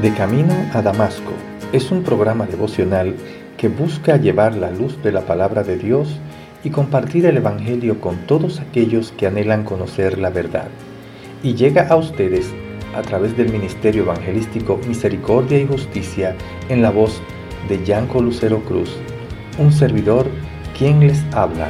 De Camino a Damasco es un programa devocional que busca llevar la luz de la palabra de Dios y compartir el Evangelio con todos aquellos que anhelan conocer la verdad. Y llega a ustedes a través del Ministerio Evangelístico Misericordia y Justicia en la voz de Yanko Lucero Cruz, un servidor quien les habla.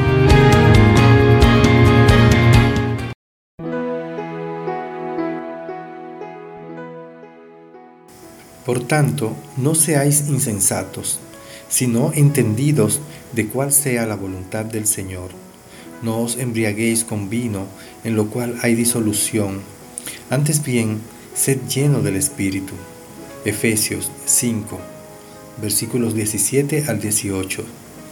Por tanto, no seáis insensatos, sino entendidos de cuál sea la voluntad del Señor. No os embriaguéis con vino, en lo cual hay disolución. Antes bien, sed lleno del Espíritu. Efesios 5, versículos 17 al 18.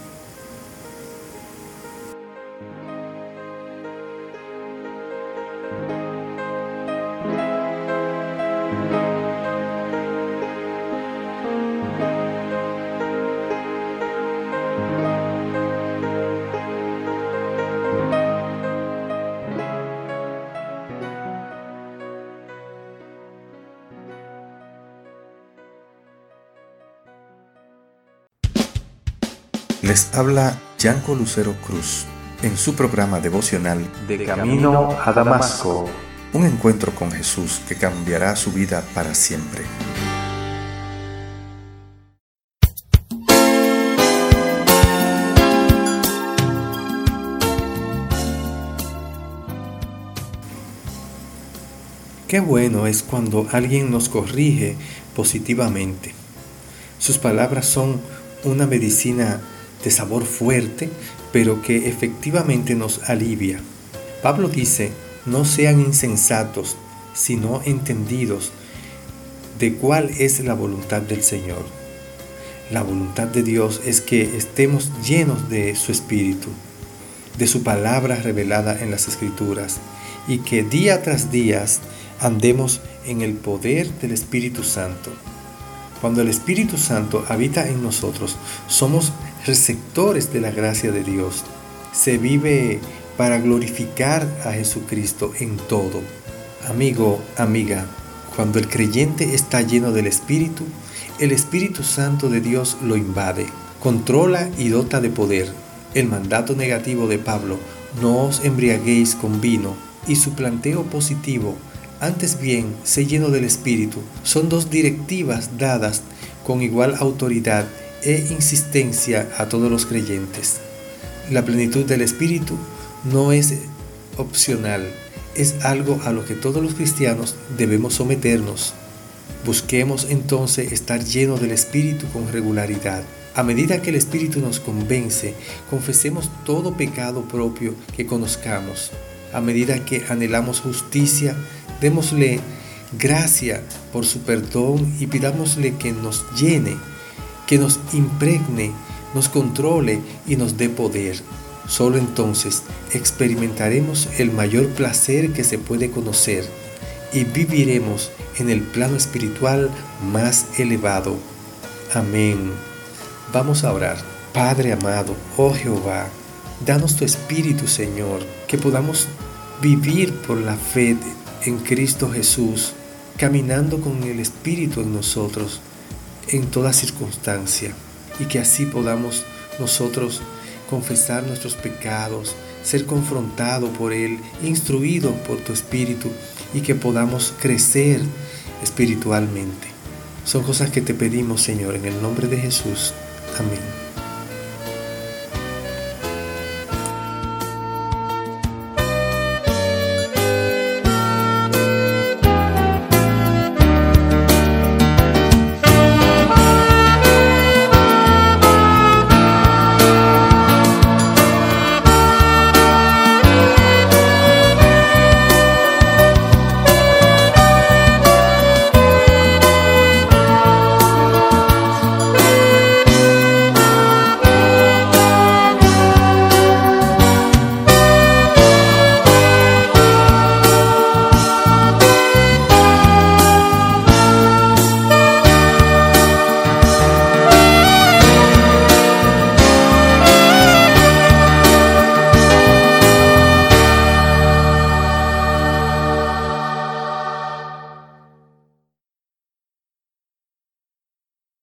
Les habla Yanko Lucero Cruz en su programa devocional De Camino a Damasco, un encuentro con Jesús que cambiará su vida para siempre. Qué bueno es cuando alguien nos corrige positivamente. Sus palabras son una medicina de sabor fuerte, pero que efectivamente nos alivia. Pablo dice, no sean insensatos, sino entendidos de cuál es la voluntad del Señor. La voluntad de Dios es que estemos llenos de su Espíritu, de su palabra revelada en las Escrituras, y que día tras día andemos en el poder del Espíritu Santo. Cuando el Espíritu Santo habita en nosotros, somos receptores de la gracia de Dios. Se vive para glorificar a Jesucristo en todo. Amigo, amiga, cuando el creyente está lleno del Espíritu, el Espíritu Santo de Dios lo invade, controla y dota de poder. El mandato negativo de Pablo, no os embriaguéis con vino, y su planteo positivo, antes bien, sé lleno del Espíritu, son dos directivas dadas con igual autoridad e insistencia a todos los creyentes. La plenitud del Espíritu no es opcional, es algo a lo que todos los cristianos debemos someternos. Busquemos entonces estar llenos del Espíritu con regularidad. A medida que el Espíritu nos convence, confesemos todo pecado propio que conozcamos. A medida que anhelamos justicia, démosle gracia por su perdón y pidámosle que nos llene, que nos impregne, nos controle y nos dé poder. Solo entonces experimentaremos el mayor placer que se puede conocer y viviremos en el plano espiritual más elevado. Amén. Vamos a orar. Padre amado, oh Jehová, danos tu Espíritu, Señor, que podamos vivir por la fe en Cristo Jesús, caminando con el Espíritu en nosotros en toda circunstancia, y que así podamos nosotros confesar nuestros pecados, ser confrontados por Él, instruidos por tu Espíritu, y que podamos crecer espiritualmente. Son cosas que te pedimos, Señor, en el nombre de Jesús. Amén.